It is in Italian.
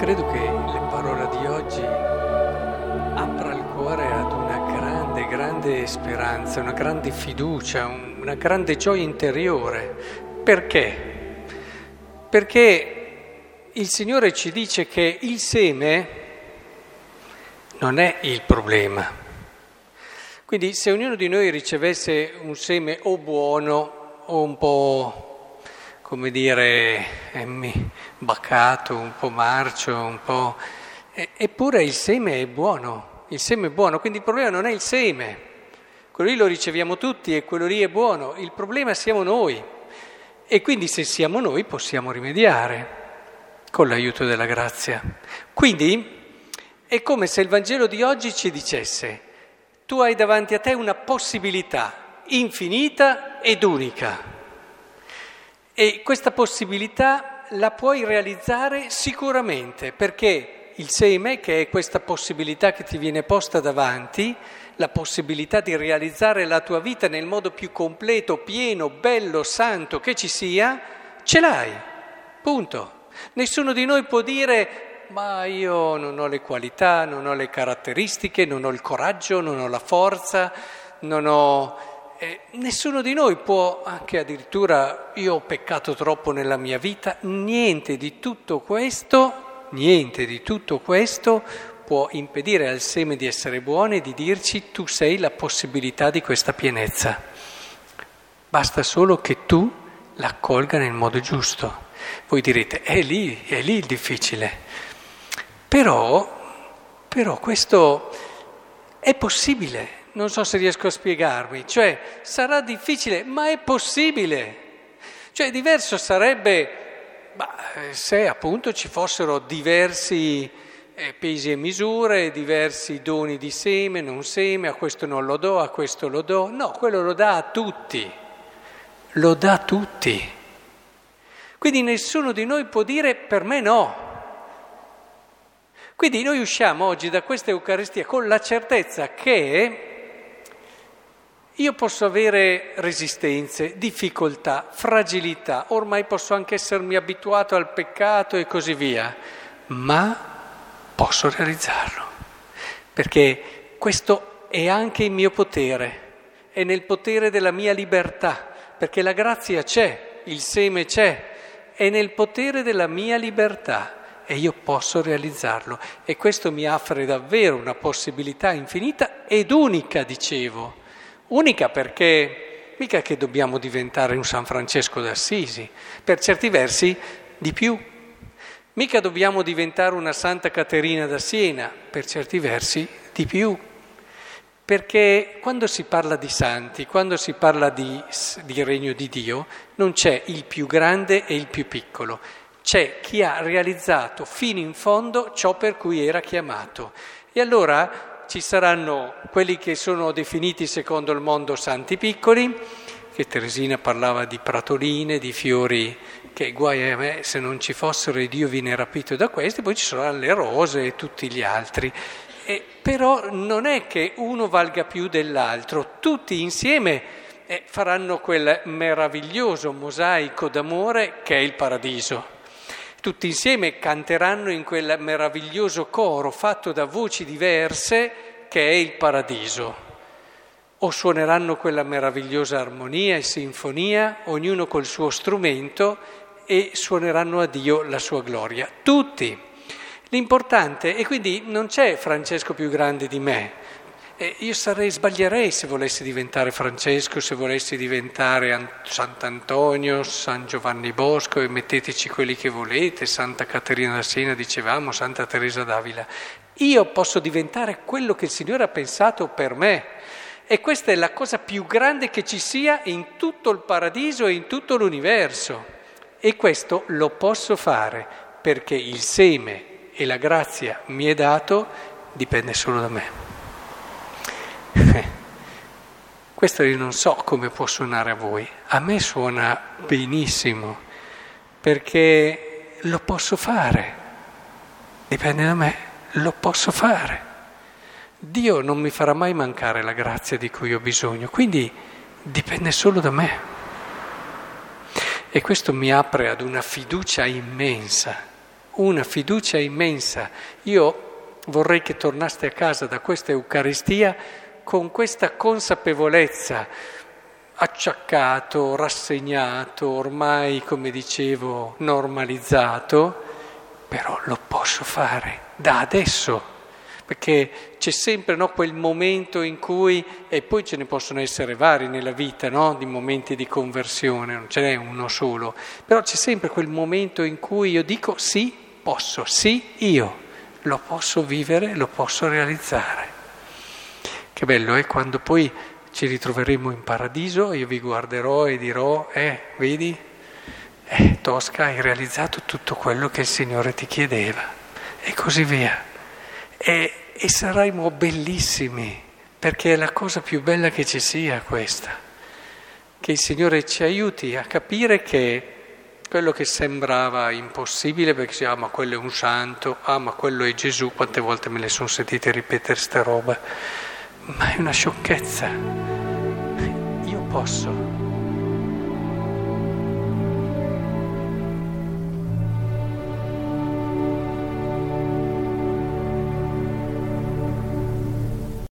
credo che le parole di oggi apra il cuore ad una grande, grande speranza, una grande fiducia, una grande gioia interiore. Perché? Perché il Signore ci dice che il seme non è il problema. Quindi se ognuno di noi ricevesse un seme o buono o un po', come dire, bacato, un po' marcio, un po'... eppure il seme è buono, quindi il problema non è il seme, quello lì lo riceviamo tutti e quello lì è buono, il problema siamo noi e quindi se siamo noi possiamo rimediare con l'aiuto della grazia. Quindi è come se il Vangelo di oggi ci dicesse: tu hai davanti a te una possibilità infinita ed unica e questa possibilità la puoi realizzare sicuramente, perché il seme, che è questa possibilità che ti viene posta davanti, la possibilità di realizzare la tua vita nel modo più completo, pieno, bello, santo che ci sia, ce l'hai, punto. Nessuno di noi può dire: ma io non ho le qualità, non ho le caratteristiche, non ho il coraggio, non ho la forza, non ho... nessuno di noi può, anche addirittura io ho peccato troppo nella mia vita, niente di tutto questo può impedire al seme di essere buono e di dirci: tu sei la possibilità di questa pienezza. Basta solo che tu l'accolga nel modo giusto. Voi direte: è lì il difficile. Però questo è possibile. Non so se riesco a spiegarmi, cioè sarà difficile, ma è possibile. Cioè diverso sarebbe se appunto ci fossero diversi pesi e misure, diversi doni di seme, non seme, a questo non lo do, a questo lo do. No, quello lo dà a tutti, Quindi nessuno di noi può dire: per me no. Quindi noi usciamo oggi da questa Eucaristia con la certezza che io posso avere resistenze, difficoltà, fragilità, ormai posso anche essermi abituato al peccato e così via, ma posso realizzarlo, perché questo è anche il mio potere, è nel potere della mia libertà, perché la grazia c'è, il seme c'è, è nel potere della mia libertà e io posso realizzarlo e questo mi offre davvero una possibilità infinita ed unica, dicevo. Unica perché mica che dobbiamo diventare un San Francesco d'Assisi, per certi versi di più. Mica dobbiamo diventare una Santa Caterina da Siena, per certi versi di più. Perché quando si parla di santi, quando si parla di regno di Dio, non c'è il più grande e il più piccolo. C'è chi ha realizzato fino in fondo ciò per cui era chiamato. E allora ci saranno quelli che sono definiti secondo il mondo santi piccoli, che Teresina parlava di pratoline, di fiori, che guai a me se non ci fossero e Dio viene rapito da questi, poi ci saranno le rose e tutti gli altri. Però non è che uno valga più dell'altro, tutti insieme faranno quel meraviglioso mosaico d'amore che è il paradiso. Tutti insieme canteranno in quel meraviglioso coro fatto da voci diverse che è il paradiso. O suoneranno quella meravigliosa armonia e sinfonia, ognuno col suo strumento, e suoneranno a Dio la sua gloria. Tutti. L'importante, e quindi non c'è Francesco più grande di me. Io sbaglierei se volessi diventare Francesco, se volessi diventare Sant'Antonio, San Giovanni Bosco, e metteteci quelli che volete, Santa Caterina da Siena, dicevamo, Santa Teresa d'Avila. Io posso diventare quello che il Signore ha pensato per me. E questa è la cosa più grande che ci sia in tutto il paradiso e in tutto l'universo. E questo lo posso fare perché il seme e la grazia mi è dato, dipende solo da me. Questo io non so come può suonare a voi, a me suona benissimo, perché lo posso fare, dipende da me, lo posso fare. Dio non mi farà mai mancare la grazia di cui ho bisogno, quindi dipende solo da me. E questo mi apre ad una fiducia immensa, una fiducia immensa. Io vorrei che tornaste a casa da questa Eucaristia con questa consapevolezza, acciaccato, rassegnato, ormai, come dicevo, normalizzato, però lo posso fare da adesso. Perché c'è sempre, no, quel momento in cui, e poi ce ne possono essere vari nella vita, no, di momenti di conversione, non ce n'è uno solo, però c'è sempre quel momento in cui io dico sì, posso, sì, io lo posso vivere, lo posso realizzare. Che bello è quando poi ci ritroveremo in paradiso, io vi guarderò e dirò, vedi, Tosca, hai realizzato tutto quello che il Signore ti chiedeva, e così via. E saremo bellissimi, perché è la cosa più bella che ci sia questa, che il Signore ci aiuti a capire che quello che sembrava impossibile, perché si ma quello è un santo, ma quello è Gesù, quante volte me le sono sentite ripetere ste robe, ma è una sciocchezza, io posso.